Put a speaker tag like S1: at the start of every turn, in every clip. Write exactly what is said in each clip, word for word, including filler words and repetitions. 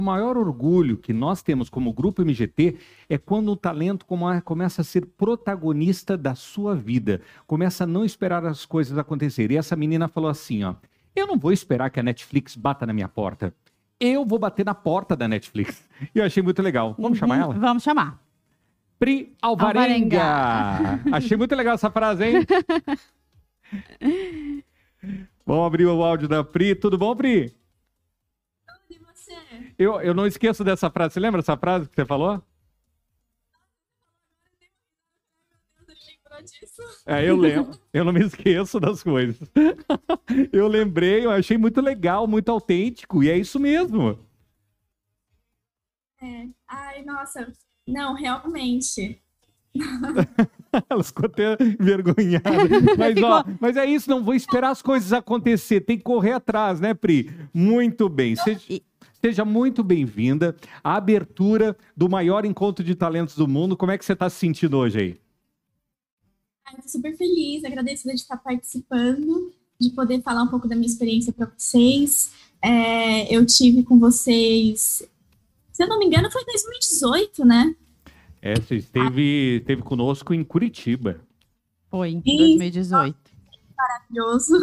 S1: O maior orgulho que nós temos como Grupo M G T é quando o talento começa a ser protagonista da sua vida, começa a não esperar as coisas acontecerem. E essa menina falou assim, ó, eu não vou esperar que a Netflix bata na minha porta, eu vou bater na porta da Netflix. E eu achei muito legal. Vamos chamar ela?
S2: Vamos chamar.
S1: Pri Alvarenga. Alvarenga. Achei muito legal essa frase, hein? Vamos abrir o áudio da Pri. Tudo bom, Pri? Eu, eu não esqueço dessa frase. Você lembra dessa frase que você falou? É, eu lembro. Eu não me esqueço das coisas. Eu lembrei, eu achei muito legal, muito autêntico. E é isso mesmo.
S3: É. Ai, nossa. Não, realmente.
S1: Ela ficou até envergonhada. Mas, ó, mas é isso, não vou esperar as coisas acontecer. Tem que correr atrás, né, Pri? Muito bem. Seja... Seja muito bem-vinda à abertura do maior encontro de talentos do mundo. Como é que você está se sentindo hoje aí?
S3: Estou super feliz, agradecida de estar participando, de poder falar um pouco da minha experiência para vocês. É, eu tive com vocês, se eu não me engano, foi em dois mil e dezoito, né?
S1: É, você esteve, esteve conosco em Curitiba.
S2: Foi, em dois mil e dezoito.
S3: Maravilhoso.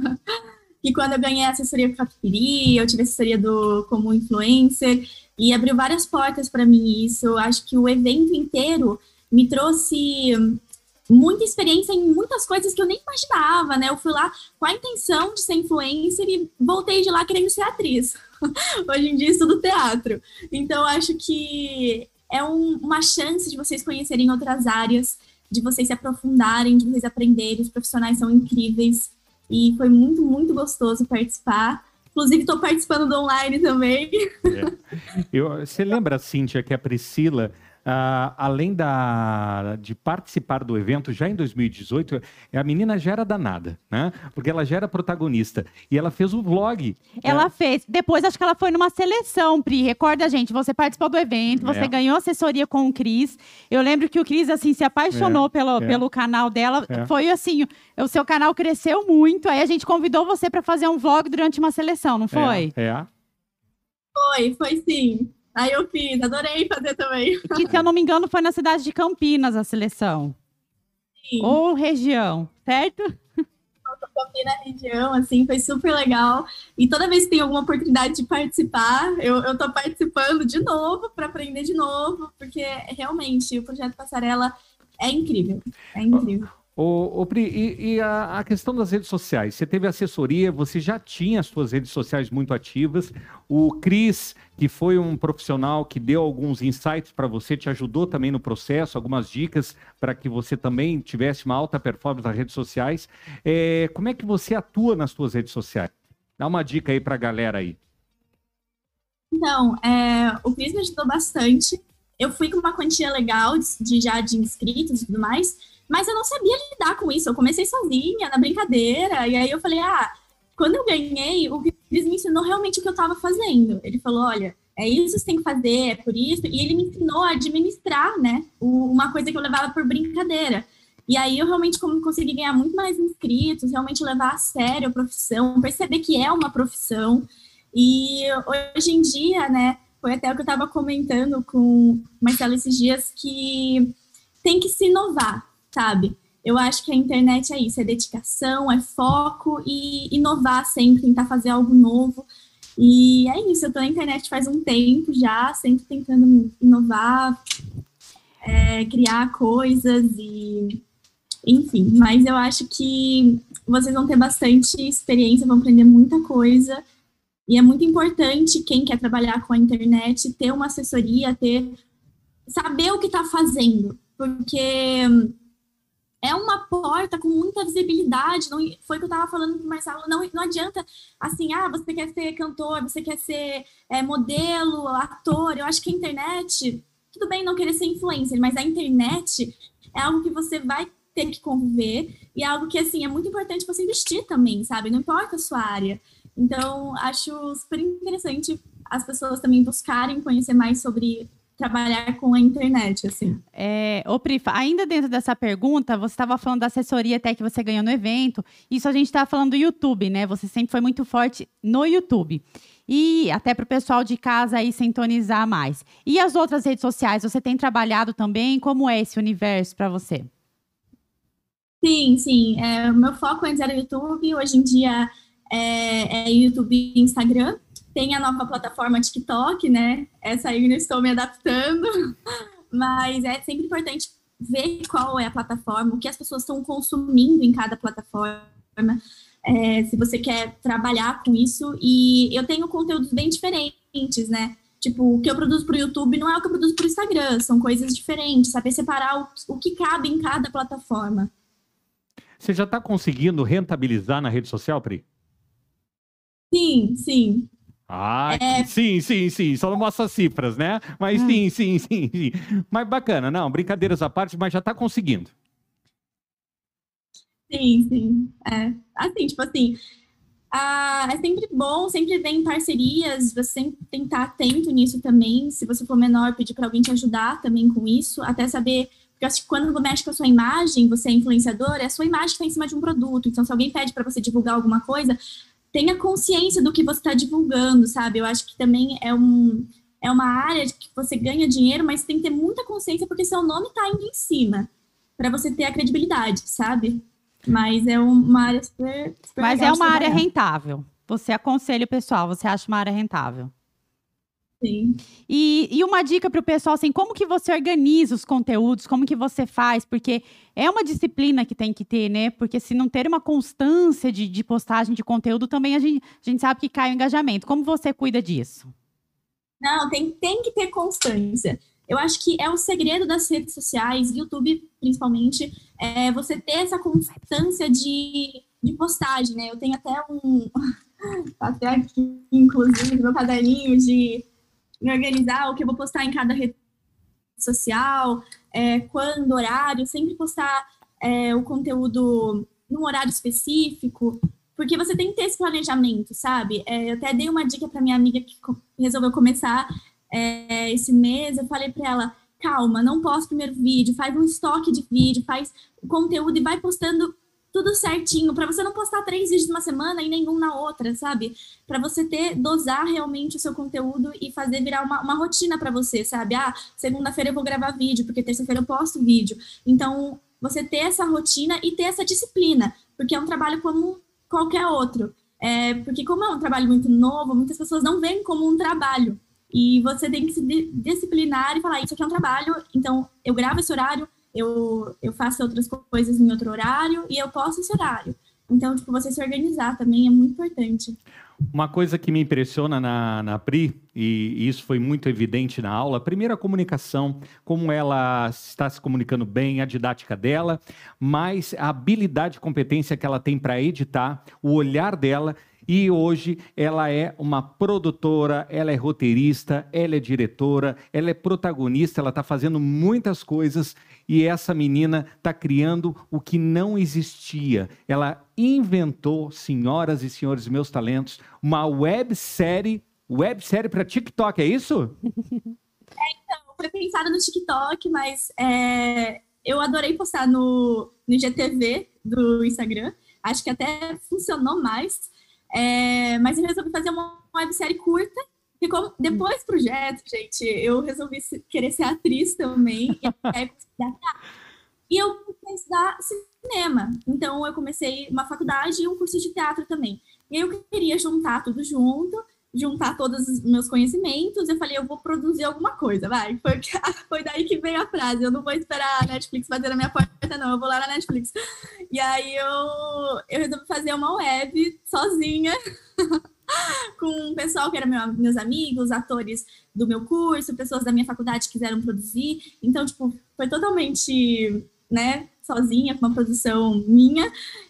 S3: E quando eu ganhei a assessoria com o Catupiry, eu tive assessoria do como influencer e abriu várias portas para mim isso. Eu acho que o evento inteiro me trouxe muita experiência em muitas coisas que eu nem imaginava, né? Eu fui lá com a intenção de ser influencer e voltei de lá querendo ser atriz. Hoje em dia estudo teatro. Então eu acho que é um, uma chance de vocês conhecerem outras áreas, de vocês se aprofundarem, de vocês aprenderem. Os profissionais são incríveis. E foi muito, muito gostoso participar. Inclusive, estou participando do online também.
S1: É. Eu, você lembra, Cíntia, que a Priscila, uh, além da, de participar do evento, já em dois mil e dezoito, a menina já era danada, né? Porque ela já era protagonista. E ela fez o vlog.
S2: Ela
S1: né?
S2: fez. Depois, acho que ela foi numa seleção, Pri. Recorda, gente, você participou do evento, você
S1: É.
S2: ganhou assessoria com o Cris. Eu lembro que o Cris, assim, se apaixonou
S1: É.
S2: pelo,
S1: É.
S2: pelo canal dela.
S1: É.
S2: Foi assim, o seu canal cresceu muito. Aí a gente convidou você para fazer um vlog durante uma seleção, não foi?
S1: É. é.
S3: Foi, foi sim. Aí eu fiz, adorei fazer também.
S2: Que, se eu não me engano, foi na cidade de Campinas a seleção.
S3: Sim.
S2: Ou região, certo?
S3: Campinas na região, assim, foi super legal. E toda vez que tem alguma oportunidade de participar, eu, eu tô participando de novo para aprender de novo, porque realmente o projeto Passarela é incrível. É incrível.
S1: Ô, ô, Pri, e, e a, a questão das redes sociais? Você teve assessoria, você já tinha as suas redes sociais muito ativas. O Cris, que foi um profissional que deu alguns insights para você, te ajudou também no processo, algumas dicas para que você também tivesse uma alta performance nas redes sociais. É, como é que você atua nas suas redes sociais? Dá uma dica aí para a galera aí.
S3: Então, é, o Cris me ajudou bastante. Eu fui com uma quantia legal de, de já de inscritos e tudo mais, mas eu não sabia lidar com isso. Eu comecei sozinha, na brincadeira, e aí eu falei, ah, quando eu ganhei, o Cris me ensinou realmente o que eu estava fazendo. Ele falou, olha, é isso que você tem que fazer, é por isso, e ele me ensinou a administrar, né, uma coisa que eu levava por brincadeira. E aí eu realmente consegui ganhar muito mais inscritos, realmente levar a sério a profissão, perceber que é uma profissão. E hoje em dia, né, foi até o que eu estava comentando com o Marcelo esses dias, que tem que se inovar, sabe? Eu acho que a internet é isso, é dedicação, é foco e inovar sempre, tentar fazer algo novo. E é isso, eu tô na internet faz um tempo já, sempre tentando inovar, é, criar coisas e... Enfim, mas eu acho que vocês vão ter bastante experiência, vão aprender muita coisa. E é muito importante quem quer trabalhar com a internet ter uma assessoria, ter saber o que está fazendo, porque é uma porta com muita visibilidade. Não, foi o que eu estava falando com o Marcelo, não, não adianta assim, ah, você quer ser cantor, você quer ser é, modelo, ator. Eu acho que a internet, tudo bem não querer ser influencer, mas a internet é algo que você vai ter que conviver e é algo que, assim, é muito importante você investir também, sabe? Não importa a sua área. Então, acho super interessante as pessoas também buscarem conhecer mais sobre trabalhar com a internet, assim.
S2: É, ô Pri, ainda dentro dessa pergunta, você estava falando da assessoria até que você ganhou no evento. Isso a gente estava falando do YouTube, né? Você sempre foi muito forte no YouTube. E até para o pessoal de casa aí sintonizar mais. E as outras redes sociais, você tem trabalhado também? Como é esse universo para você?
S3: Sim, sim. É, o meu foco antes era YouTube, hoje em dia é, é YouTube e Instagram. Tem a nova plataforma TikTok, né? Essa aí eu ainda estou me adaptando. Mas é sempre importante ver qual é a plataforma, o que as pessoas estão consumindo em cada plataforma. É, se você quer trabalhar com isso. E eu tenho conteúdos bem diferentes, né? Tipo, o que eu produzo para o YouTube não é o que eu produzo para o Instagram. São coisas diferentes. Saber separar o, o que cabe em cada plataforma.
S1: Você já está conseguindo rentabilizar na rede social, Pri?
S3: Sim, sim.
S1: Ah,
S3: É...
S1: sim, sim, sim. Só não mostra cifras, né? Mas
S2: hum.
S1: sim, sim, sim, sim. Mas bacana, não, brincadeiras à parte, mas já está conseguindo.
S3: Sim, sim. É. Assim, tipo assim, ah, é sempre bom, sempre vem parcerias, você sempre tem que estar atento nisso também. Se você for menor, pedir para alguém te ajudar também com isso, até saber. Porque eu acho que quando você mexe com a sua imagem, você é influenciador, é a sua imagem que está em cima de um produto. Então, se alguém pede para você divulgar alguma coisa, tenha consciência do que você está divulgando, sabe? Eu acho que também é, um, é uma área que você ganha dinheiro, mas tem que ter muita consciência porque seu nome está indo em cima, para você ter a credibilidade, sabe? Mas é uma área super, super
S2: Mas
S3: legal
S2: é uma
S3: de
S2: área
S3: trabalhar.
S2: rentável. Você aconselha o pessoal, você acha uma área rentável?
S3: Sim.
S2: E, e uma dica para o pessoal, assim, como que você organiza os conteúdos, como que você faz? Porque é uma disciplina que tem que ter, né? Porque se não ter uma constância de, de postagem de conteúdo, também a gente, a gente sabe que cai o engajamento. Como você cuida disso?
S3: Não, tem, tem que ter constância. Eu acho que é o segredo das redes sociais, YouTube principalmente, é você ter essa constância de, de postagem, né? Eu tenho até um... até aqui, inclusive, meu caderninho de me organizar o que eu vou postar em cada rede social, é, quando, horário, sempre postar é, o conteúdo num horário específico, porque você tem que ter esse planejamento, sabe? É, eu até dei uma dica para minha amiga que resolveu começar é, esse mês, eu falei para ela, calma, não posta o primeiro vídeo, faz um estoque de vídeo, faz o conteúdo e vai postando tudo certinho, para você não postar três vídeos numa semana e nenhum na outra, sabe? Para você ter, dosar realmente o seu conteúdo e fazer virar uma, uma rotina para você, sabe? Ah, segunda-feira eu vou gravar vídeo, porque terça-feira eu posto vídeo. Então, você ter essa rotina e ter essa disciplina, porque é um trabalho como qualquer outro. É, porque como é um trabalho muito novo, muitas pessoas não veem como um trabalho. E você tem que se disciplinar e falar, isso aqui é um trabalho, então eu gravo esse horário, Eu, eu faço outras coisas em outro horário e eu posto esse horário. Então, tipo, você se organizar também é muito importante.
S1: Uma coisa que me impressiona na, na Pri, e isso foi muito evidente na aula, primeiro a comunicação, como ela está se comunicando bem, a didática dela, mas a habilidade e competência que ela tem para editar, o olhar dela. E hoje ela é uma produtora, ela é roteirista, ela é diretora, ela é protagonista, ela está fazendo muitas coisas e essa menina está criando o que não existia. Ela inventou, senhoras e senhores meus talentos, uma websérie, websérie para TikTok, é isso?
S3: É, então, foi pensado no TikTok, mas é, eu adorei postar no, no I G T V do Instagram, acho que até funcionou mais. É, mas eu resolvi fazer uma websérie curta, e como, depois do projeto, gente, eu resolvi querer ser atriz também, e, é, e eu comecei a estudar cinema, então eu comecei uma faculdade e um curso de teatro também, e aí eu queria juntar tudo junto, juntar todos os meus conhecimentos, eu falei, eu vou produzir alguma coisa, vai, foi, foi daí que veio a frase, eu não vou esperar a Netflix fazer na minha porta, não, eu vou lá na Netflix. E aí eu, eu resolvi fazer uma web sozinha, com o pessoal que eram meu, meus amigos, atores do meu curso, pessoas da minha faculdade que quiseram produzir, então, tipo, foi totalmente, né, sozinha, com uma produção minha,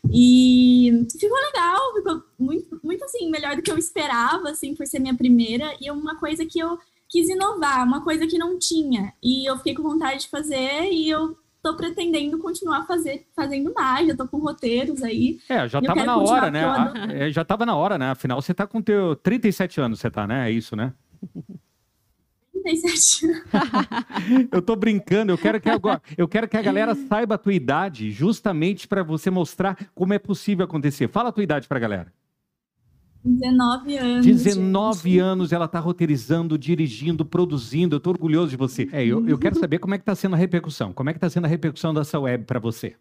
S3: e ficou legal, ficou muito, muito, assim, melhor do que eu esperava, assim, por ser minha primeira, e uma coisa que eu quis inovar, uma coisa que não tinha, e eu fiquei com vontade de fazer, e eu tô pretendendo continuar fazer, fazendo mais, já tô com roteiros aí.
S1: É, já tava na hora, né? É, já tava na hora, né? Afinal, você tá com teu trinta e sete anos, você tá, né? É isso, né?
S3: trinta e sete anos.
S1: Eu tô brincando, eu quero que agora, eu quero que a galera saiba a tua idade, justamente para você mostrar como é possível acontecer. Fala a tua idade pra galera.
S3: dezenove anos.
S1: dezenove
S3: gente.
S1: anos ela está roteirizando, dirigindo, produzindo. Eu estou orgulhoso de você. É, eu, eu quero saber como é que está sendo a repercussão. Como é que está sendo a repercussão dessa web para você?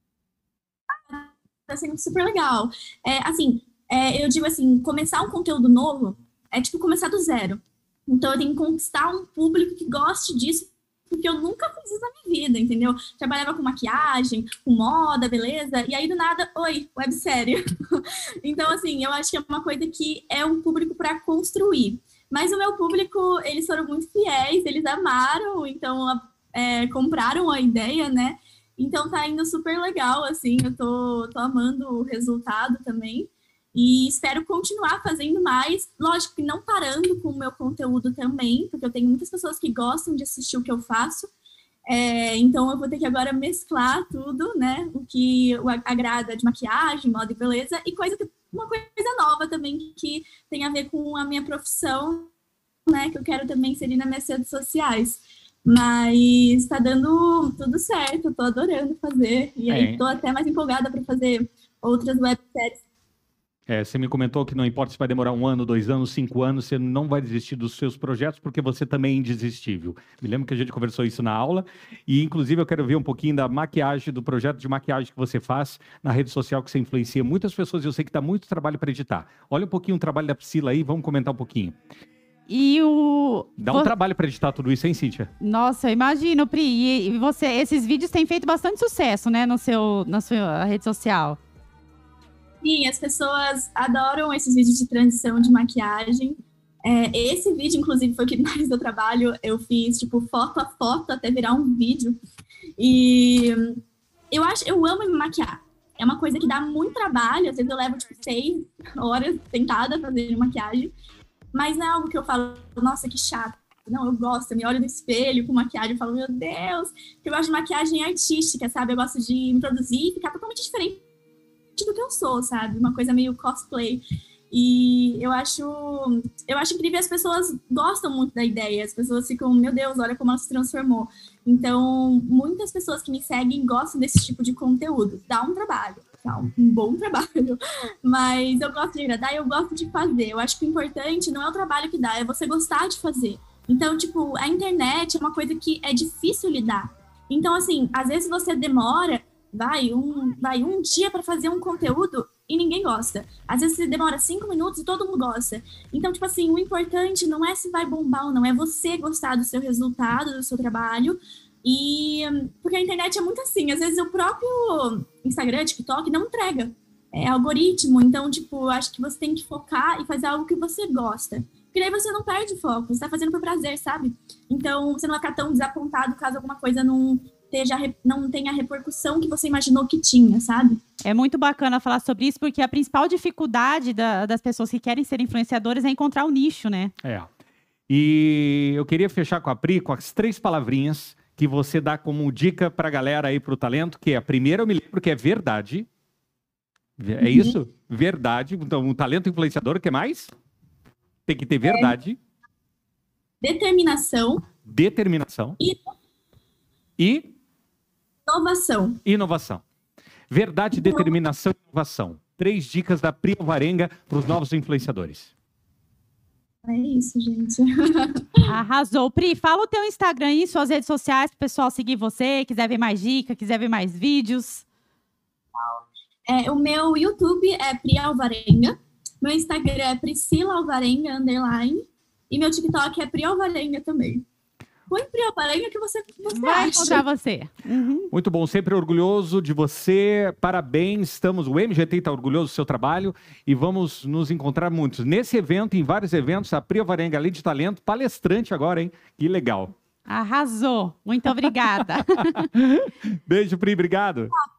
S3: Está sendo super legal. É, assim, é, eu digo assim, começar um conteúdo novo é tipo começar do zero. Então eu tenho que conquistar um público que goste disso, porque eu nunca fiz isso na minha vida, entendeu? Trabalhava com maquiagem, com moda, beleza, e aí do nada, oi, websérie. Então, assim, eu acho que é uma coisa que é um público para construir. Mas o meu público, eles foram muito fiéis, eles amaram, então é, compraram a ideia, né? Então tá indo super legal, assim, eu tô, tô amando o resultado também. E espero continuar fazendo mais, lógico que não parando com o meu conteúdo também, porque eu tenho muitas pessoas que gostam de assistir o que eu faço, é, então eu vou ter que agora mesclar tudo, né, o que agrada de maquiagem, moda e beleza, e coisa que, uma coisa nova também que tem a ver com a minha profissão, né, que eu quero também inserir nas minhas redes sociais. Mas tá dando tudo certo, tô adorando fazer, e aí é. tô até mais empolgada para fazer outras webséries.
S1: É, você me comentou que não importa se vai demorar um ano, dois anos, cinco anos, você não vai desistir dos seus projetos porque você também é indesistível. Me lembro que a gente conversou isso na aula e, inclusive, eu quero ver um pouquinho da maquiagem, do projeto de maquiagem que você faz na rede social que você influencia muitas pessoas e eu sei que dá muito trabalho para editar. Olha um pouquinho o trabalho da Priscila aí, vamos comentar um pouquinho.
S2: E o...
S1: Dá um trabalho para editar tudo isso, hein, Cíntia?
S2: Nossa, eu imagino, Pri. E você, esses vídeos têm feito bastante sucesso, né, no seu, na sua rede social.
S3: Sim, as pessoas adoram esses vídeos de transição de maquiagem. É, esse vídeo, inclusive, foi o que mais deu trabalho. Eu fiz, tipo, foto a foto até virar um vídeo. E eu acho, eu amo me maquiar. É uma coisa que dá muito trabalho. Às vezes eu levo, tipo, seis horas sentada fazendo maquiagem. Mas não é algo que eu falo, nossa, que chato. Não, eu gosto. Eu me olho no espelho com maquiagem e falo, meu Deus. Eu gosto de maquiagem artística, sabe? Eu gosto de me produzir e ficar totalmente diferente do que eu sou, sabe? Uma coisa meio cosplay. E eu acho, eu acho incrível, as pessoas gostam muito da ideia, as pessoas ficam, meu Deus, olha como ela se transformou. Então, muitas pessoas que me seguem gostam desse tipo de conteúdo. Dá um trabalho, tá? Um bom trabalho. Mas eu gosto de agradar e eu gosto de fazer. Eu acho que o importante não é o trabalho que dá, é você gostar de fazer. Então, tipo, a internet é uma coisa que é difícil lidar. Então, assim, às vezes você demora Vai um, vai um dia para fazer um conteúdo e ninguém gosta. Às vezes você demora cinco minutos e todo mundo gosta. Então, tipo assim, o importante não é se vai bombar ou não, é você gostar do seu resultado, do seu trabalho. E porque a internet é muito assim, às vezes o próprio Instagram, TikTok não entrega. É algoritmo, então, tipo, acho que você tem que focar e fazer algo que você gosta. Porque daí você não perde foco, você tá fazendo por prazer, sabe? Então, você não vai ficar tão desapontado caso alguma coisa não... Teja, não tem a repercussão que você imaginou que tinha, sabe?
S2: É muito bacana falar sobre isso, porque a principal dificuldade da, das pessoas que querem ser influenciadoras é encontrar o nicho, né?
S1: É. E eu queria fechar com a Pri, com as três palavrinhas que você dá como dica pra galera aí pro talento, que é a primeira, eu me lembro que é verdade. É uhum. isso? Verdade. Então, um talento influenciador, o que mais? Tem que ter verdade.
S3: É. Determinação.
S1: Determinação.
S3: E...
S1: E...
S3: Inovação.
S1: Inovação. Verdade, determinação e inovação. Três dicas da Pri Alvarenga para os novos influenciadores.
S3: É isso, gente.
S2: Arrasou. Pri, fala o teu Instagram e suas redes sociais para o pessoal seguir você, quiser ver mais dicas, quiser ver mais vídeos.
S3: É, o meu YouTube é Pri Alvarenga. Meu Instagram é Priscila Alvarenga, underline. E meu TikTok é Pri Alvarenga também. Põe Pri Alvarenga que você, você
S2: vai
S3: acha.
S2: encontrar você. Uhum.
S1: Muito bom, sempre orgulhoso de você. Parabéns, estamos, o M G T está orgulhoso do seu trabalho e vamos nos encontrar muitos. Nesse evento, em vários eventos, a Pri Alvarenga, além de talento, palestrante agora, hein? Que legal.
S2: Arrasou. Muito obrigada.
S1: Beijo, Pri, obrigado.